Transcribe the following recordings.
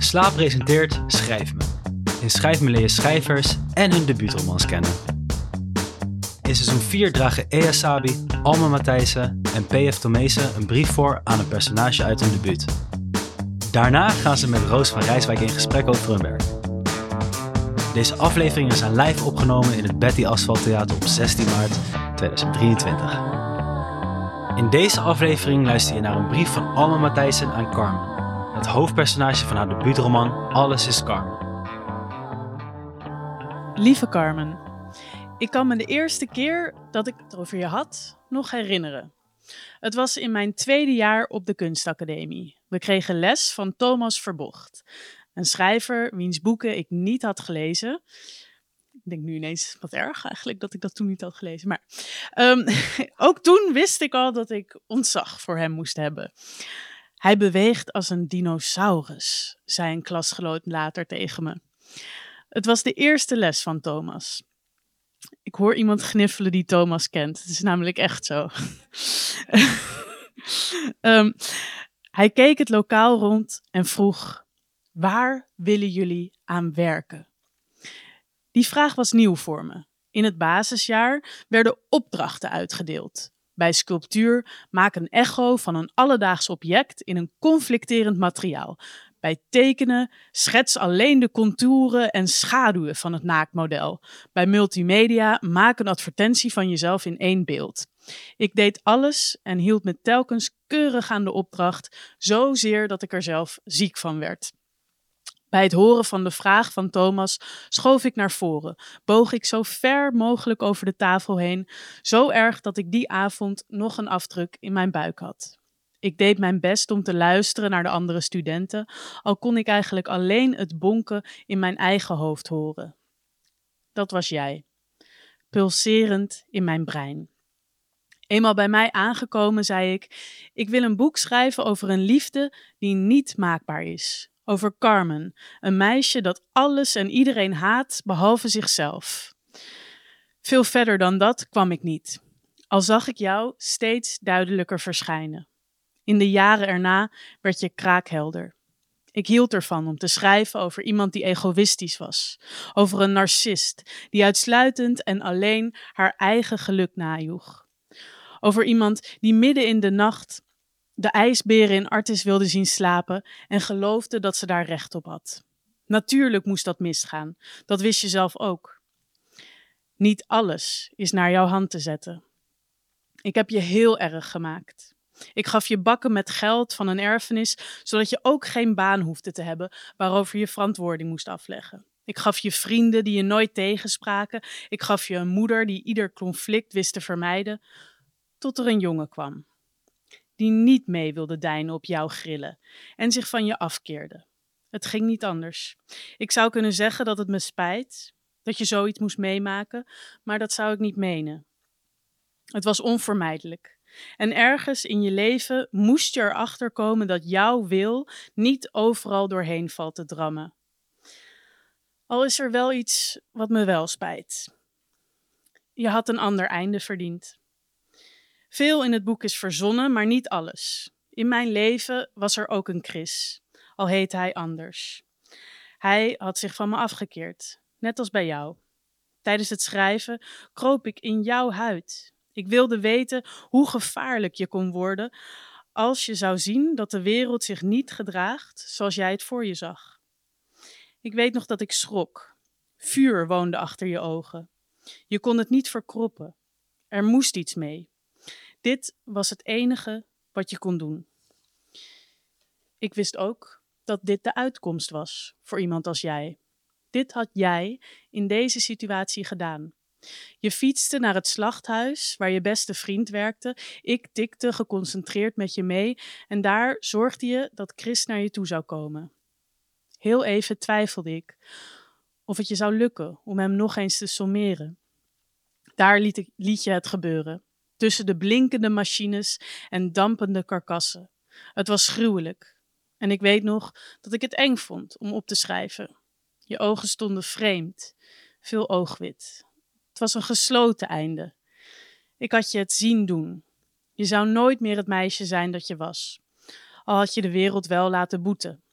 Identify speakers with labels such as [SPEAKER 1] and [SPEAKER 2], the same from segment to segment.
[SPEAKER 1] Slaap presenteert Schrijf Me. In Schrijf Me leer je schrijvers en hun debuutromans kennen. In seizoen 4 dragen Ea Sabi, Alma Matthijssen en P.F. Tomezen een brief voor aan een personage uit hun debuut. Daarna gaan ze met Roos van Rijswijk in gesprek over hun werk. Deze afleveringen zijn live opgenomen in het Betty Asphalt Theater op 16 maart 2023. In deze aflevering luister je naar een brief van Alma Matthijssen aan Carmen, het hoofdpersonage van haar debuutroman Alles is Carmen.
[SPEAKER 2] Lieve Carmen, ik kan me de eerste keer dat ik het over je had nog herinneren. Het was in mijn tweede jaar op de kunstacademie. We kregen les van Thomas Verbocht, een schrijver wiens boeken ik niet had gelezen. Ik denk nu ineens wat erg eigenlijk dat ik dat toen niet had gelezen. Maar ook toen wist ik al dat ik ontzag voor hem moest hebben. Hij beweegt als een dinosaurus, zei een klasgenoot later tegen me. Het was de eerste les van Thomas. Ik hoor iemand gniffelen die Thomas kent. Het is namelijk echt zo. Hij keek het lokaal rond en vroeg: waar willen jullie aan werken? Die vraag was nieuw voor me. In het basisjaar werden opdrachten uitgedeeld. Bij sculptuur maak een echo van een alledaags object in een conflicterend materiaal. Bij tekenen schets alleen de contouren en schaduwen van het naaktmodel. Bij multimedia maak een advertentie van jezelf in één beeld. Ik deed alles en hield me telkens keurig aan de opdracht, zozeer dat ik er zelf ziek van werd. Bij het horen van de vraag van Thomas schoof ik naar voren, boog ik zo ver mogelijk over de tafel heen, zo erg dat ik die avond nog een afdruk in mijn buik had. Ik deed mijn best om te luisteren naar de andere studenten, al kon ik eigenlijk alleen het bonken in mijn eigen hoofd horen. Dat was jij, pulserend in mijn brein. Eenmaal bij mij aangekomen zei ik wil een boek schrijven over een liefde die niet maakbaar is. Over Carmen, een meisje dat alles en iedereen haat behalve zichzelf. Veel verder dan dat kwam ik niet, al zag ik jou steeds duidelijker verschijnen. In de jaren erna werd je kraakhelder. Ik hield ervan om te schrijven over iemand die egoïstisch was. Over een narcist die uitsluitend en alleen haar eigen geluk najoeg. Over iemand die midden in de nacht de ijsberen in Artis wilde zien slapen en geloofde dat ze daar recht op had. Natuurlijk moest dat misgaan, dat wist je zelf ook. Niet alles is naar jouw hand te zetten. Ik heb je heel erg gemaakt. Ik gaf je bakken met geld van een erfenis, zodat je ook geen baan hoefde te hebben waarover je verantwoording moest afleggen. Ik gaf je vrienden die je nooit tegenspraken. Ik gaf je een moeder die ieder conflict wist te vermijden, tot er een jongen kwam die niet mee wilde deinen op jouw grillen en zich van je afkeerde. Het ging niet anders. Ik zou kunnen zeggen dat het me spijt, dat je zoiets moest meemaken, maar dat zou ik niet menen. Het was onvermijdelijk. En ergens in je leven moest je erachter komen dat jouw wil niet overal doorheen valt te drammen. Al is er wel iets wat me wel spijt. Je had een ander einde verdiend. Veel in het boek is verzonnen, maar niet alles. In mijn leven was er ook een Chris, al heet hij anders. Hij had zich van me afgekeerd, net als bij jou. Tijdens het schrijven kroop ik in jouw huid. Ik wilde weten hoe gevaarlijk je kon worden als je zou zien dat de wereld zich niet gedraagt zoals jij het voor je zag. Ik weet nog dat ik schrok. Vuur woonde achter je ogen. Je kon het niet verkroppen. Er moest iets mee. Dit was het enige wat je kon doen. Ik wist ook dat dit de uitkomst was voor iemand als jij. Dit had jij in deze situatie gedaan. Je fietste naar het slachthuis waar je beste vriend werkte. Ik tikte geconcentreerd met je mee en daar zorgde je dat Chris naar je toe zou komen. Heel even twijfelde ik of het je zou lukken om hem nog eens te sommeren. Daar liet je het gebeuren. Tussen de blinkende machines en dampende karkassen. Het was gruwelijk. En ik weet nog dat ik het eng vond om op te schrijven. Je ogen stonden vreemd. Veel oogwit. Het was een gesloten einde. Ik had je het zien doen. Je zou nooit meer het meisje zijn dat je was. Al had je de wereld wel laten boeten.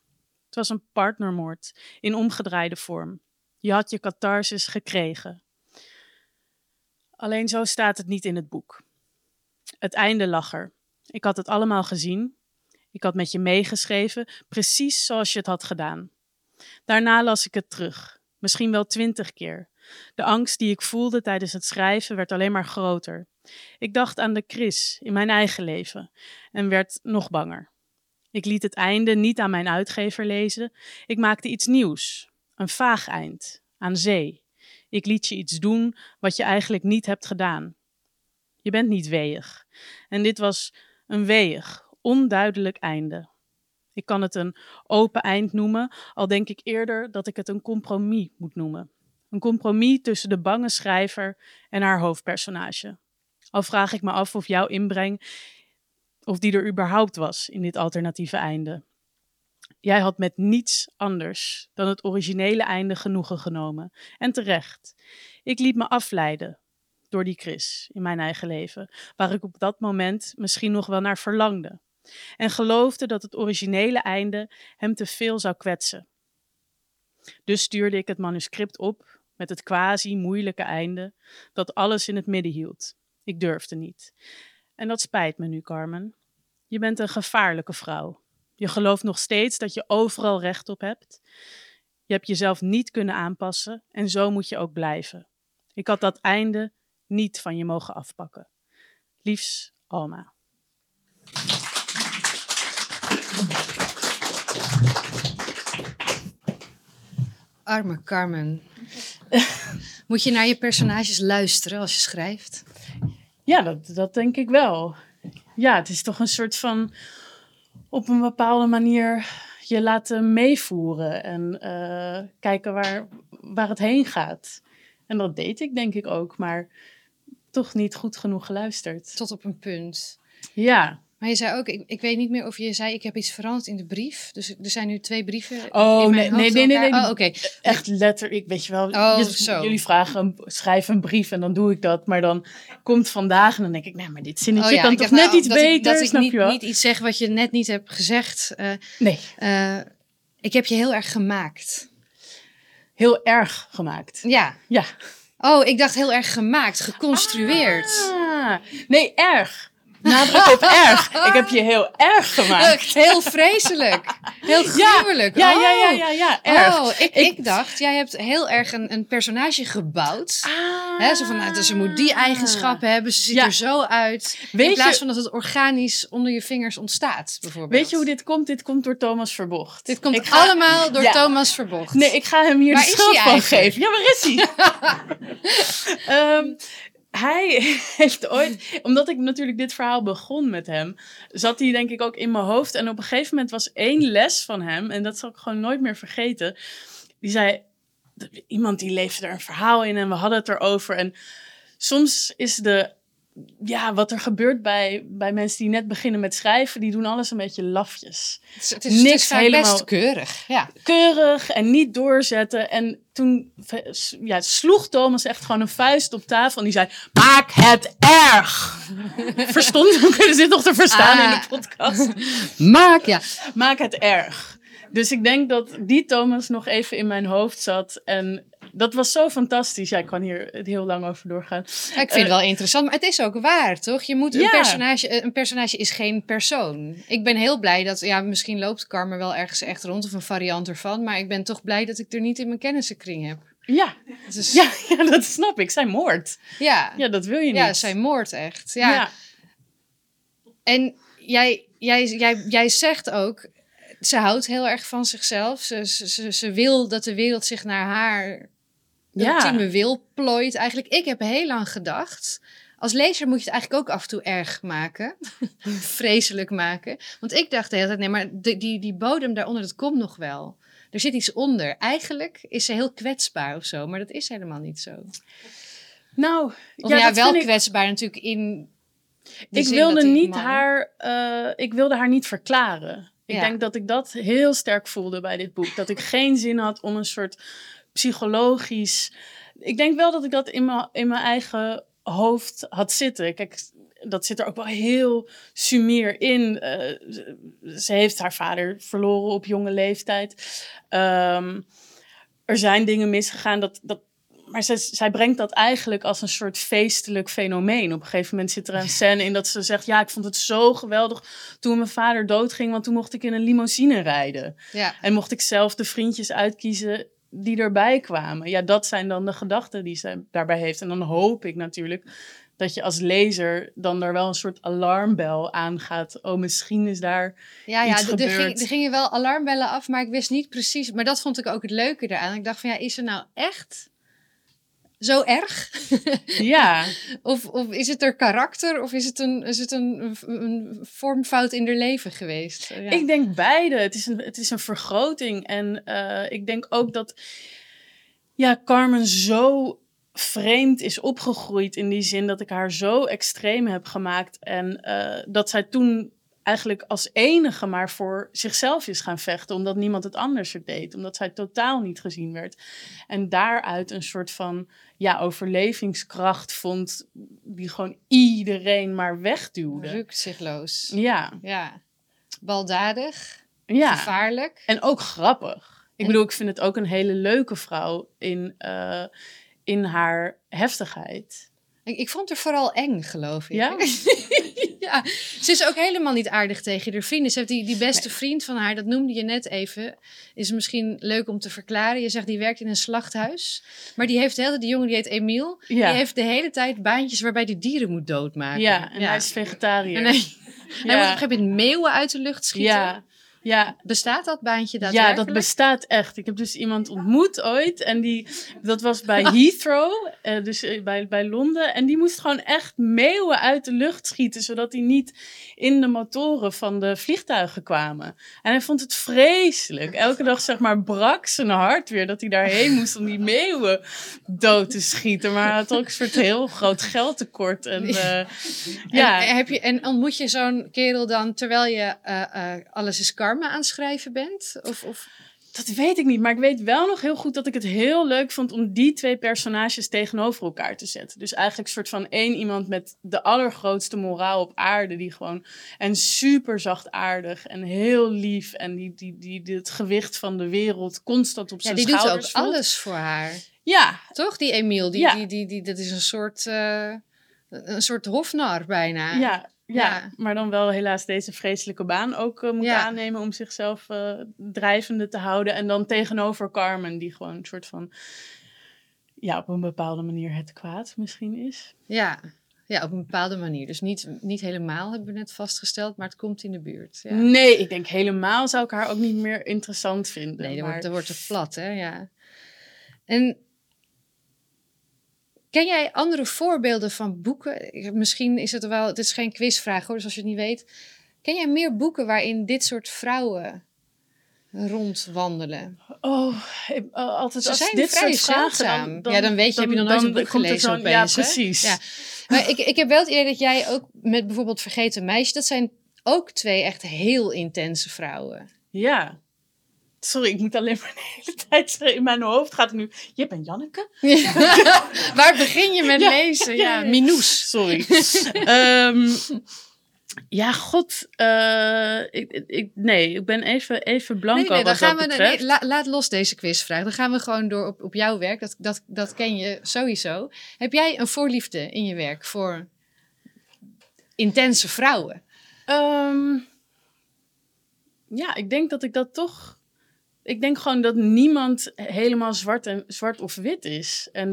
[SPEAKER 2] Het was een partnermoord in omgedraaide vorm. Je had je catharsis gekregen. Alleen zo staat het niet in het boek. Het einde lag er. Ik had het allemaal gezien. Ik had met je meegeschreven, precies zoals je het had gedaan. Daarna las ik het terug, misschien wel 20 keer. De angst die ik voelde tijdens het schrijven werd alleen maar groter. Ik dacht aan de Chris in mijn eigen leven en werd nog banger. Ik liet het einde niet aan mijn uitgever lezen. Ik maakte iets nieuws, een vaag eind, aan zee. Ik liet je iets doen wat je eigenlijk niet hebt gedaan. Je bent niet weeig. En dit was een weeig, onduidelijk einde. Ik kan het een open eind noemen, al denk ik eerder dat ik het een compromis moet noemen. Een compromis tussen de bange schrijver en haar hoofdpersonage. Al vraag ik me af of jouw inbreng, of die er überhaupt was in dit alternatieve einde. Jij had met niets anders dan het originele einde genoegen genomen. En terecht. Ik liet me afleiden door die Chris in mijn eigen leven, waar ik op dat moment misschien nog wel naar verlangde. En geloofde dat het originele einde hem te veel zou kwetsen. Dus stuurde ik het manuscript op met het quasi-moeilijke einde dat alles in het midden hield. Ik durfde niet. En dat spijt me nu, Carmen. Je bent een gevaarlijke vrouw. Je gelooft nog steeds dat je overal recht op hebt. Je hebt jezelf niet kunnen aanpassen en zo moet je ook blijven. Ik had dat einde niet van je mogen afpakken. Liefs, Alma.
[SPEAKER 3] Arme Carmen. Moet je naar je personages luisteren als je schrijft?
[SPEAKER 2] Ja, dat denk ik wel. Ja, het is toch een soort van op een bepaalde manier je laten meevoeren en kijken waar het heen gaat. En dat deed ik denk ik ook, maar toch niet goed genoeg geluisterd.
[SPEAKER 3] Tot op een punt.
[SPEAKER 2] Ja.
[SPEAKER 3] Maar je zei ook, ik weet niet meer of je zei, ik heb iets veranderd in de brief. Dus er zijn nu 2 brieven
[SPEAKER 2] Oh,
[SPEAKER 3] in mijn hoofd.
[SPEAKER 2] nee.
[SPEAKER 3] Oh, oké.
[SPEAKER 2] Echt letterlijk, weet je wel.
[SPEAKER 3] Zo.
[SPEAKER 2] Jullie vragen, schrijf een brief en dan doe ik dat. Maar dan komt vandaag en dan denk ik, nee, maar dit zinnetje kan toch net iets beter,
[SPEAKER 3] dat ik
[SPEAKER 2] snap je wel?
[SPEAKER 3] niet iets zeg wat je net niet hebt gezegd.
[SPEAKER 2] Nee.
[SPEAKER 3] Ik heb je heel erg gemaakt.
[SPEAKER 2] Heel erg gemaakt.
[SPEAKER 3] Ja.
[SPEAKER 2] Ja.
[SPEAKER 3] Oh, ik dacht heel erg gemaakt, geconstrueerd.
[SPEAKER 2] Nee, erg. Nadruk op erg. Ik heb je heel erg gemaakt.
[SPEAKER 3] Heel vreselijk. Heel gruwelijk.
[SPEAKER 2] Ja, erg.
[SPEAKER 3] Oh, ik dacht, jij hebt heel erg een personage gebouwd. Hè, zo van, dus ze moet die eigenschappen hebben. Ze ziet er zo uit. In plaats van dat het organisch onder je vingers ontstaat, bijvoorbeeld.
[SPEAKER 2] Weet je hoe dit komt? Dit komt door Thomas Verbocht.
[SPEAKER 3] Dit komt allemaal door Thomas Verbocht.
[SPEAKER 2] Nee, ik ga hem hier de schuld van geven. Ja, waar is hij? Hij heeft ooit, omdat ik natuurlijk dit verhaal begon met hem, zat hij denk ik ook in mijn hoofd. En op een gegeven moment was 1 les van hem, en dat zal ik gewoon nooit meer vergeten. Die zei, iemand die leefde er een verhaal in en we hadden het erover. En soms is wat er gebeurt bij mensen die net beginnen met schrijven, die doen alles een beetje lafjes.
[SPEAKER 3] Het is helemaal best keurig. Ja.
[SPEAKER 2] Keurig en niet doorzetten. En toen sloeg Thomas echt gewoon een vuist op tafel en die zei, maak het erg. Verstond? We kunnen dit nog te verstaan in de podcast. Maak het erg. Dus ik denk dat die Thomas nog even in mijn hoofd zat. En dat was zo fantastisch. Ja, ik kan hier heel lang over doorgaan.
[SPEAKER 3] Ja, ik vind het wel interessant, maar het is ook waar, toch? Je moet een personage is geen persoon. Ik ben heel blij dat, misschien loopt Carmen wel ergens echt rond of een variant ervan. Maar ik ben toch blij dat ik er niet in mijn kennissenkring heb.
[SPEAKER 2] Ja, dus... ja, dat snap ik. Zij moord.
[SPEAKER 3] Ja,
[SPEAKER 2] dat wil je niet.
[SPEAKER 3] Ja, zij moord echt. Ja. En jij zegt ook, ze houdt heel erg van zichzelf. Ze wil dat de wereld zich naar haar ultieme wil plooit. Eigenlijk, ik heb heel lang gedacht, als lezer moet je het eigenlijk ook af en toe erg maken. Vreselijk maken. Want ik dacht de hele tijd, nee, maar die bodem daaronder, dat komt nog wel. Er zit iets onder. Eigenlijk is ze heel kwetsbaar of zo, maar dat is helemaal niet zo.
[SPEAKER 2] Nou,
[SPEAKER 3] wel kwetsbaar natuurlijk in...
[SPEAKER 2] Ik wilde haar niet verklaren. Ik denk dat ik dat heel sterk voelde bij dit boek. Dat ik geen zin had om een soort psychologisch... Ik denk wel dat ik dat in mijn eigen hoofd had zitten. Kijk, dat zit er ook wel heel sumier in. Ze heeft haar vader verloren op jonge leeftijd. Er zijn dingen misgegaan, maar zij brengt dat eigenlijk als een soort feestelijk fenomeen. Op een gegeven moment zit er een scène in dat ze zegt... ja, ik vond het zo geweldig toen mijn vader doodging... want toen mocht ik in een limousine rijden.
[SPEAKER 3] Ja.
[SPEAKER 2] En mocht ik zelf de vriendjes uitkiezen die erbij kwamen. Ja, dat zijn dan de gedachten die ze daarbij heeft. En dan hoop ik natuurlijk dat je als lezer dan er wel een soort alarmbel aangaat. Oh, misschien is daar iets gebeurd.
[SPEAKER 3] Er gingen wel alarmbellen af, maar ik wist niet precies. Maar dat vond ik ook het leuke eraan. Ik dacht van, ja, is er nou echt zo erg?
[SPEAKER 2] Ja.
[SPEAKER 3] Of is het er karakter? Of is het een vormfout in haar leven geweest? Ja.
[SPEAKER 2] Ik denk beide. Het is een vergroting. En ik denk ook dat Carmen zo vreemd is opgegroeid in die zin dat ik haar zo extreem heb gemaakt. En dat zij toen eigenlijk als enige maar voor zichzelf is gaan vechten, omdat niemand het anders deed. Omdat zij totaal niet gezien werd. En daaruit een soort van overlevingskracht vond die gewoon iedereen maar wegduwde.
[SPEAKER 3] Rukzichtloos.
[SPEAKER 2] Ja.
[SPEAKER 3] Baldadig.
[SPEAKER 2] Ja.
[SPEAKER 3] Gevaarlijk.
[SPEAKER 2] En ook grappig. Ik bedoel, ik vind het ook een hele leuke vrouw in haar heftigheid.
[SPEAKER 3] Ik vond haar vooral eng, geloof ik.
[SPEAKER 2] Ja?
[SPEAKER 3] Ja, ze is ook helemaal niet aardig tegen haar vrienden. Ze heeft die beste vriend van haar, dat noemde je net even. Is misschien leuk om te verklaren. Je zegt, die werkt in een slachthuis. Maar die heeft die jongen, die heet Emiel. Ja. Die heeft de hele tijd baantjes waarbij die dieren moet doodmaken.
[SPEAKER 2] Ja, en hij is vegetariër.
[SPEAKER 3] Hij moet op een gegeven moment meeuwen uit de lucht schieten.
[SPEAKER 2] Ja.
[SPEAKER 3] Bestaat dat baantje daadwerkelijk?
[SPEAKER 2] Ja, dat bestaat echt. Ik heb dus iemand ontmoet ooit. En dat was bij Heathrow, dus bij Londen. En die moest gewoon echt meeuwen uit de lucht schieten, zodat die niet in de motoren van de vliegtuigen kwamen. En hij vond het vreselijk. Elke dag brak zijn hart weer dat hij daarheen moest om die meeuwen dood te schieten. Maar hij had ook een soort heel groot geldtekort.
[SPEAKER 3] En ontmoet je zo'n kerel dan terwijl je alles is karma aan het schrijven bent? Of?
[SPEAKER 2] Dat weet ik niet, maar ik weet wel nog heel goed dat ik het heel leuk vond om die twee personages tegenover elkaar te zetten. Dus eigenlijk een soort van één iemand met de allergrootste moraal op aarde, die gewoon en super zachtaardig en heel lief en die het gewicht van de wereld constant op zijn schouders voelt.
[SPEAKER 3] Die doet ook alles voor haar.
[SPEAKER 2] Ja.
[SPEAKER 3] Toch, die Emiel? Dat is een soort hofnar bijna.
[SPEAKER 2] Ja, maar dan wel helaas deze vreselijke baan ook moet aannemen om zichzelf drijvende te houden. En dan tegenover Carmen, die gewoon een soort van, op een bepaalde manier het kwaad misschien is.
[SPEAKER 3] Ja, op een bepaalde manier. Dus niet helemaal, hebben we net vastgesteld, maar het komt in de buurt. Ja.
[SPEAKER 2] Nee, ik denk helemaal zou ik haar ook niet meer interessant vinden.
[SPEAKER 3] Nee, dat wordt te plat, hè, ja. En ken jij andere voorbeelden van boeken? Misschien is het wel... Het is geen quizvraag hoor, dus als je het niet weet. Ken jij meer boeken waarin dit soort vrouwen rondwandelen?
[SPEAKER 2] Altijd
[SPEAKER 3] ze
[SPEAKER 2] als
[SPEAKER 3] zijn
[SPEAKER 2] dit
[SPEAKER 3] vrij
[SPEAKER 2] soort vragen...
[SPEAKER 3] zeldzaam. Dan weet je, heb je nog nooit een boek gelezen opeens.
[SPEAKER 2] Ja, precies.
[SPEAKER 3] Ja. Maar ik heb wel het idee dat jij ook met bijvoorbeeld Vergeten Meisje... Dat zijn ook twee echt heel intense vrouwen.
[SPEAKER 2] Ja. Sorry, ik moet alleen maar de hele tijd in mijn hoofd gaat het nu. Je bent Janneke?
[SPEAKER 3] Waar begin je met lezen? Ja, Minoes.
[SPEAKER 2] Sorry. Ik ben even blanco.
[SPEAKER 3] Nee, dan gaan we. Laat los deze quizvraag. Dan gaan we gewoon door op jouw werk. Dat ken je sowieso. Heb jij een voorliefde in je werk voor intense vrouwen?
[SPEAKER 2] Ik denk dat ik dat toch. Ik denk gewoon dat niemand helemaal zwart of wit is. En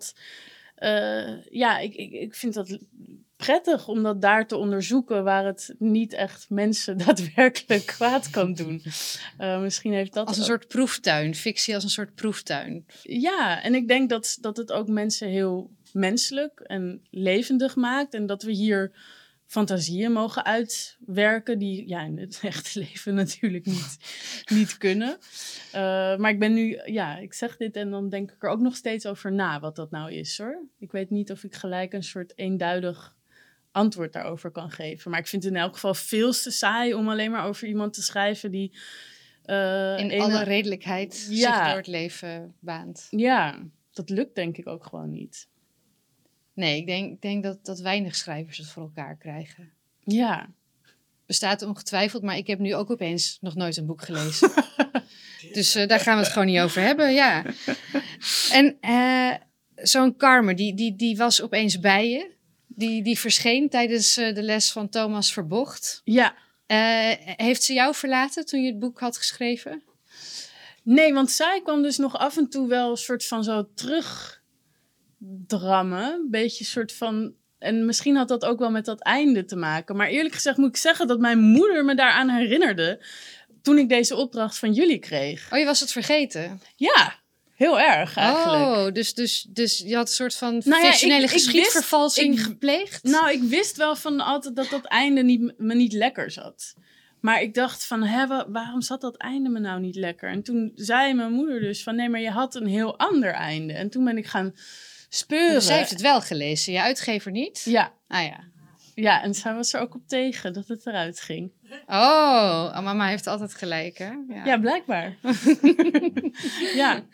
[SPEAKER 2] ik vind dat prettig om dat daar te onderzoeken waar het niet echt mensen daadwerkelijk kwaad kan doen. Misschien heeft dat
[SPEAKER 3] als een soort proeftuin, fictie als een soort proeftuin.
[SPEAKER 2] Ja, en ik denk dat het ook mensen heel menselijk en levendig maakt. En dat we hier fantasieën mogen uitwerken die in het echte leven natuurlijk niet kunnen. Maar ik ben nu, ik zeg dit en dan denk ik er ook nog steeds over na wat dat nou is hoor. Ik weet niet of ik gelijk een soort eenduidig antwoord daarover kan geven. Maar ik vind het in elk geval veel te saai om alleen maar over iemand te schrijven die
[SPEAKER 3] in alle redelijkheid zich door het leven baant.
[SPEAKER 2] Ja, dat lukt denk ik ook gewoon niet.
[SPEAKER 3] Nee, ik denk dat weinig schrijvers het voor elkaar krijgen.
[SPEAKER 2] Ja.
[SPEAKER 3] Bestaat ongetwijfeld, maar ik heb nu ook opeens nog nooit een boek gelezen. Dus daar gaan we het gewoon niet over hebben, ja. En zo'n Carmen, die was opeens bij je. Die verscheen tijdens de les van Thomas Verbocht.
[SPEAKER 2] Ja.
[SPEAKER 3] Heeft ze jou verlaten toen je het boek had geschreven?
[SPEAKER 2] Nee, want zij kwam dus nog af en toe wel een soort van zo terugdrammen. Een beetje een soort van... En misschien had dat ook wel met dat einde te maken. Maar eerlijk gezegd moet ik zeggen dat mijn moeder me daaraan herinnerde toen ik deze opdracht van jullie kreeg.
[SPEAKER 3] Oh, je was het vergeten?
[SPEAKER 2] Ja, heel erg eigenlijk.
[SPEAKER 3] Oh, dus je had een soort van fictionele geschiedvervalsing gepleegd?
[SPEAKER 2] Nou, ik wist wel van altijd dat einde me niet lekker zat. Maar ik dacht van, waarom zat dat einde me nou niet lekker? En toen zei mijn moeder dus van, nee, maar je had een heel ander einde. En toen ben ik gaan speuren.
[SPEAKER 3] Dus zij heeft het wel gelezen, je uitgever niet?
[SPEAKER 2] Ja.
[SPEAKER 3] Ah ja.
[SPEAKER 2] Ja, en zij was er ook op tegen dat het eruit ging.
[SPEAKER 3] Oh, mama heeft altijd gelijk, hè?
[SPEAKER 2] Ja, blijkbaar. Ja.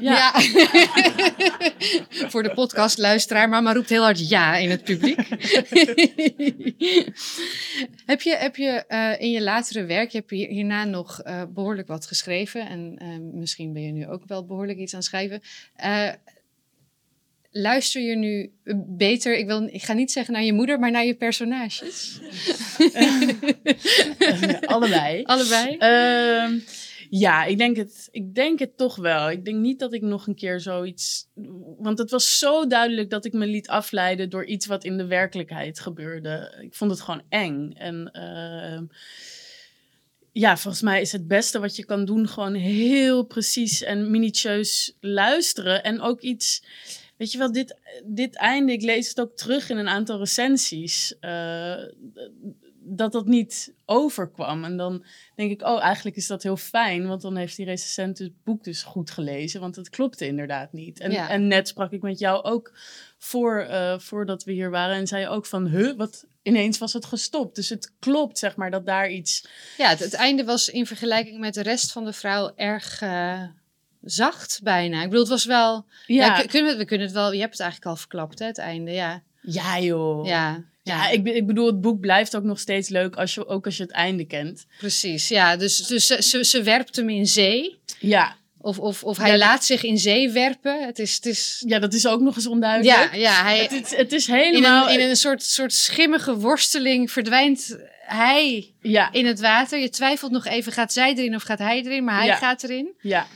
[SPEAKER 3] Voor de podcastluisteraar, mama roept heel hard ja in het publiek. Heb je in je latere werk, je hebt hierna nog behoorlijk wat geschreven. En misschien ben je nu ook wel behoorlijk iets aan het schrijven. Luister je nu beter, ik ga niet zeggen naar je moeder, maar naar je personages?
[SPEAKER 2] Allebei.
[SPEAKER 3] Allebei?
[SPEAKER 2] Ja, ik denk het toch wel. Ik denk niet dat ik nog een keer zoiets... Want het was zo duidelijk dat ik me liet afleiden door iets wat in de werkelijkheid gebeurde. Ik vond het gewoon eng. En ja, volgens mij is het beste wat je kan doen gewoon heel precies en minutieus luisteren. En ook iets... Weet je wel, dit einde, ik lees het ook terug in een aantal recensies, dat niet overkwam. En dan denk ik, eigenlijk is dat heel fijn, want dan heeft die recensent het boek dus goed gelezen, want het klopte inderdaad niet. En net sprak ik met jou ook voordat we hier waren en zei je ook van, wat... Ineens was het gestopt. Dus het klopt, zeg maar, dat daar iets...
[SPEAKER 3] Ja, het einde was in vergelijking met de rest van de vrouw erg... zacht bijna. Ik bedoel, het was wel... Ja. We kunnen het wel... Je hebt het eigenlijk al verklapt, hè, het einde, ja.
[SPEAKER 2] Ja, joh.
[SPEAKER 3] Ja,
[SPEAKER 2] ik bedoel, het boek blijft ook nog steeds leuk, als je het einde kent.
[SPEAKER 3] Precies, ja. Dus ze werpt hem in zee.
[SPEAKER 2] Ja.
[SPEAKER 3] Of hij laat zich in zee werpen. Het is...
[SPEAKER 2] Ja, dat is ook nog eens onduidelijk.
[SPEAKER 3] Ja.
[SPEAKER 2] Het is helemaal...
[SPEAKER 3] In een soort schimmige worsteling verdwijnt hij in het water. Je twijfelt nog even, gaat zij erin of gaat hij erin? Maar hij gaat erin.
[SPEAKER 2] Ja.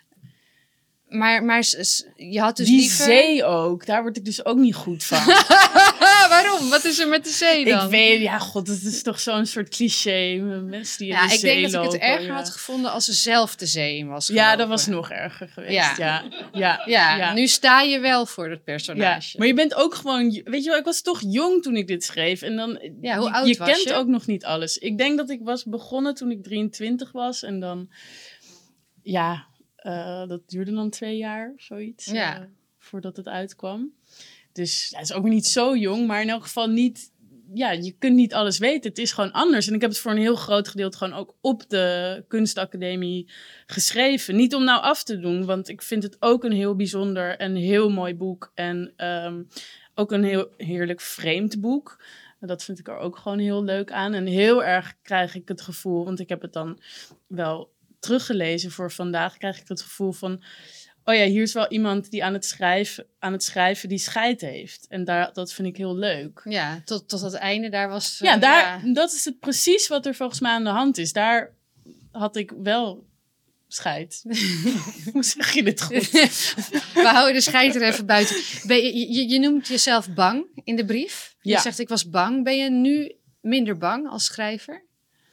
[SPEAKER 3] Maar je had dus
[SPEAKER 2] die
[SPEAKER 3] liever...
[SPEAKER 2] zee ook, daar word ik dus ook niet goed van.
[SPEAKER 3] Waarom? Wat is er met de zee dan?
[SPEAKER 2] Ik weet, god, het is toch zo'n soort cliché. Mensen die in de zee lopen.
[SPEAKER 3] Ik denk dat ik het erger had gevonden als ze zelf de zee in was
[SPEAKER 2] gelopen. Ja, dat was nog erger geweest. Ja.
[SPEAKER 3] Nu sta je wel voor het personage.
[SPEAKER 2] Ja, maar je bent ook gewoon... Weet je wel, ik was toch jong toen ik dit schreef. En dan...
[SPEAKER 3] Ja, hoe oud
[SPEAKER 2] je
[SPEAKER 3] was je?
[SPEAKER 2] kent ook nog niet alles. Ik denk dat ik was begonnen toen ik 23 was. En dan... Ja... dat duurde dan 2 jaar, zoiets, voordat het uitkwam. Dus het is ook niet zo jong, maar in elk geval niet... Ja, je kunt niet alles weten. Het is gewoon anders. En ik heb het voor een heel groot gedeelte gewoon ook op de kunstacademie geschreven. Niet om nou af te doen, want ik vind het ook een heel bijzonder en heel mooi boek. En ook een heel heerlijk vreemd boek. Dat vind ik er ook gewoon heel leuk aan. En heel erg krijg ik het gevoel, want ik heb het dan wel... teruggelezen voor vandaag, krijg ik het gevoel van... oh ja, hier is wel iemand die aan het schrijven die scheid heeft. En dat vind ik heel leuk.
[SPEAKER 3] Ja, tot het einde daar was...
[SPEAKER 2] Dat is het precies wat er volgens mij aan de hand is. Daar had ik wel scheid. Hoe zeg je dit goed?
[SPEAKER 3] We houden de scheid er even buiten. Je noemt jezelf bang in de brief. Je zegt, ik was bang. Ben je nu minder bang als schrijver?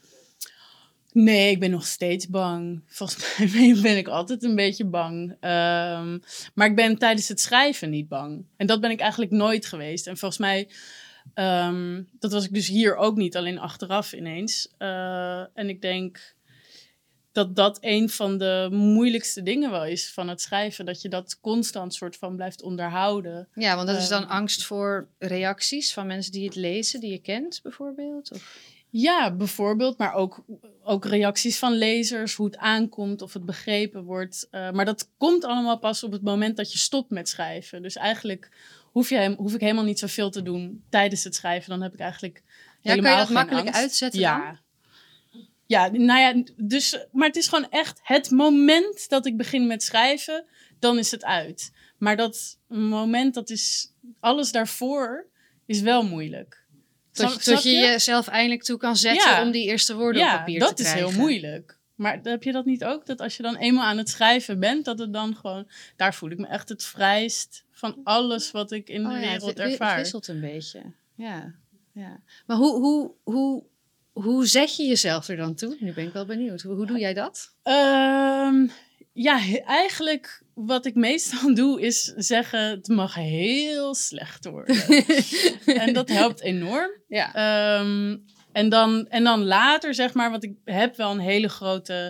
[SPEAKER 2] Nee, ik ben nog steeds bang. Volgens mij ben ik altijd een beetje bang. Maar ik ben tijdens het schrijven niet bang. En dat ben ik eigenlijk nooit geweest. En volgens mij, dat was ik dus hier ook niet, alleen achteraf ineens. En ik denk dat een van de moeilijkste dingen wel is van het schrijven. Dat je dat constant soort van blijft onderhouden.
[SPEAKER 3] Ja, want dat is dan angst voor reacties van mensen die het lezen, die je kent bijvoorbeeld? Of...
[SPEAKER 2] Ja, bijvoorbeeld, maar ook reacties van lezers, hoe het aankomt, of het begrepen wordt. Maar dat komt allemaal pas op het moment dat je stopt met schrijven. Dus eigenlijk hoef ik helemaal niet zoveel te doen tijdens het schrijven. Dan heb ik eigenlijk helemaal
[SPEAKER 3] kan je dat
[SPEAKER 2] geen
[SPEAKER 3] makkelijk
[SPEAKER 2] angst.
[SPEAKER 3] uitzetten dan?
[SPEAKER 2] Ja, nou ja, dus, maar het is gewoon echt het moment dat ik begin met schrijven, dan is het uit. Maar dat moment, dat is alles daarvoor, is wel moeilijk.
[SPEAKER 3] Tot je jezelf eindelijk toe kan zetten om die eerste woorden op papier te krijgen.
[SPEAKER 2] Ja, dat is heel moeilijk. Maar heb je dat niet ook? Dat als je dan eenmaal aan het schrijven bent, dat het dan gewoon... Daar voel ik me echt het vrijst van alles wat ik in de wereld ervaar.
[SPEAKER 3] Het wisselt een beetje. Ja. Maar hoe zet je jezelf er dan toe? Nu ben ik wel benieuwd. Hoe doe jij dat?
[SPEAKER 2] Eigenlijk wat ik meestal doe is zeggen... het mag heel slecht worden. En dat helpt enorm.
[SPEAKER 3] Ja.
[SPEAKER 2] En dan later, zeg maar... want ik heb wel een hele grote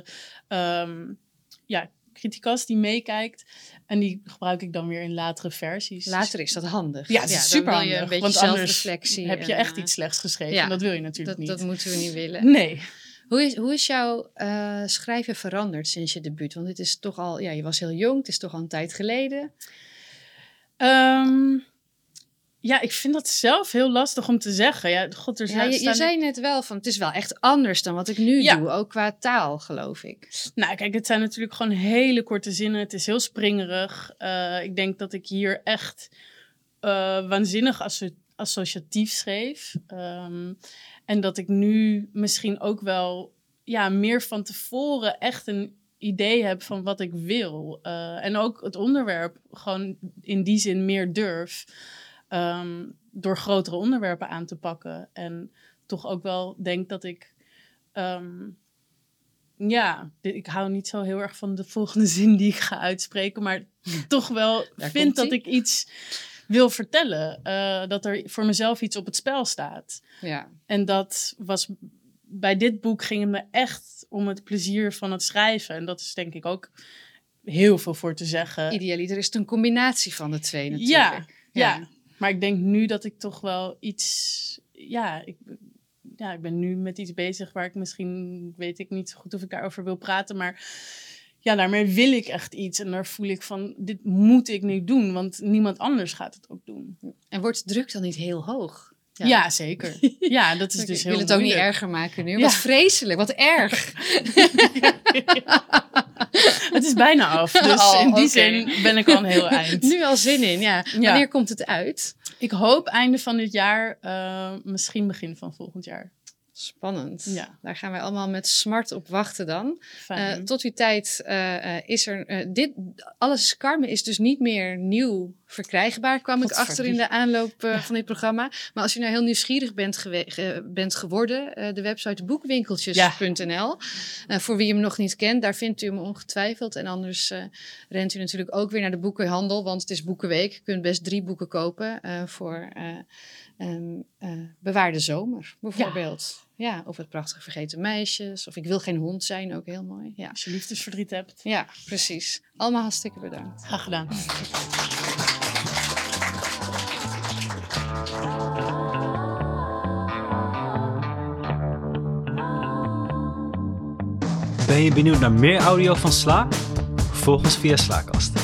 [SPEAKER 2] criticus die meekijkt... En die gebruik ik dan weer in latere versies.
[SPEAKER 3] Later is dat handig.
[SPEAKER 2] Ja, het is super handig.
[SPEAKER 3] Een beetje
[SPEAKER 2] want
[SPEAKER 3] zelfreflectie.
[SPEAKER 2] Heb je echt iets slechts geschreven. Ja, dat wil je natuurlijk niet.
[SPEAKER 3] Dat moeten we niet willen.
[SPEAKER 2] Nee.
[SPEAKER 3] Hoe is jouw schrijven veranderd sinds je debuut? Want dit is toch al... Ja, je was heel jong. Het is toch al een tijd geleden.
[SPEAKER 2] Ja, ik vind dat zelf heel lastig om te zeggen. Ja, god,
[SPEAKER 3] je zei net wel van... Het is wel echt anders dan wat ik nu doe. Ook qua taal, geloof ik.
[SPEAKER 2] Nou, kijk, het zijn natuurlijk gewoon hele korte zinnen. Het is heel springerig. Ik denk dat ik hier echt waanzinnig associatief schreef. En dat ik nu misschien ook wel meer van tevoren echt een idee heb van wat ik wil. En ook het onderwerp gewoon in die zin meer durf. Door grotere onderwerpen aan te pakken. En toch ook wel denk dat ik... ik hou niet zo heel erg van de volgende zin die ik ga uitspreken. Maar toch wel vind dat ik iets wil vertellen. Dat er voor mezelf iets op het spel staat.
[SPEAKER 3] Ja.
[SPEAKER 2] En dat was... Bij dit boek ging het me echt om het plezier van het schrijven. En dat is denk ik ook heel veel voor te zeggen.
[SPEAKER 3] Idealiter is het een combinatie van de twee natuurlijk.
[SPEAKER 2] Ja. Maar ik denk nu dat ik toch wel iets... ik ben nu met iets bezig waar ik misschien... weet ik niet zo goed of ik daarover wil praten. Maar daarmee wil ik echt iets. En daar voel ik van, dit moet ik nu doen. Want niemand anders gaat het ook doen.
[SPEAKER 3] En wordt druk dan niet heel hoog?
[SPEAKER 2] Ja, zeker. Ja, dat is dus heel moeilijk.
[SPEAKER 3] Ik wil het ook niet erger maken nu. Wat vreselijk, wat erg.
[SPEAKER 2] Het is bijna af. Dus in die zin ben ik al een heel eind.
[SPEAKER 3] Nu al zin in, ja. Wanneer komt het uit?
[SPEAKER 2] Ik hoop einde van dit jaar, misschien begin van volgend jaar.
[SPEAKER 3] Spannend.
[SPEAKER 2] Ja.
[SPEAKER 3] Daar gaan wij allemaal met smart op wachten dan. Tot die tijd is er... Alles is Carmen is dus niet meer nieuw verkrijgbaar, kwam ik achter in de aanloop van dit programma. Maar als je nou heel nieuwsgierig bent geworden, de website boekwinkeltjes.nl. Voor wie hem nog niet kent, daar vindt u hem ongetwijfeld. En anders rent u natuurlijk ook weer naar de boekenhandel, want het is Boekenweek. Je kunt best 3 boeken kopen voor Bewaarde Zomer, bijvoorbeeld. Ja, of Het Prachtige Vergeten Meisjes. Of Ik Wil Geen Hond Zijn, ook heel mooi. Ja.
[SPEAKER 2] Als je liefdesverdriet hebt.
[SPEAKER 3] Ja, precies. Allemaal hartstikke bedankt.
[SPEAKER 2] Graag gedaan.
[SPEAKER 1] Ben je benieuwd naar meer audio van Sla? Volg ons via Slaakast.